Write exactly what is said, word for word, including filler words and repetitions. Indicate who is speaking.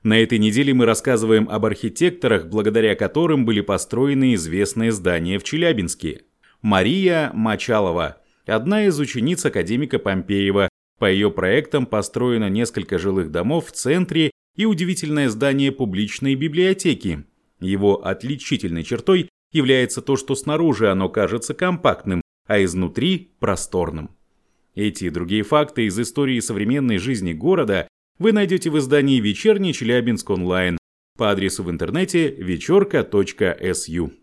Speaker 1: На этой неделе мы рассказываем об архитекторах, благодаря которым были построены известные здания в Челябинске. Мария Мочалова – одна из учениц академика Помпеева. По ее проектам построено несколько жилых домов в центре и удивительное здание публичной библиотеки. Его отличительной чертой является то, что снаружи оно кажется компактным, а изнутри – просторным. Эти и другие факты из истории современной жизни города вы найдете в издании «Вечерний Челябинск онлайн» по адресу в интернете вечерка точка эс ю.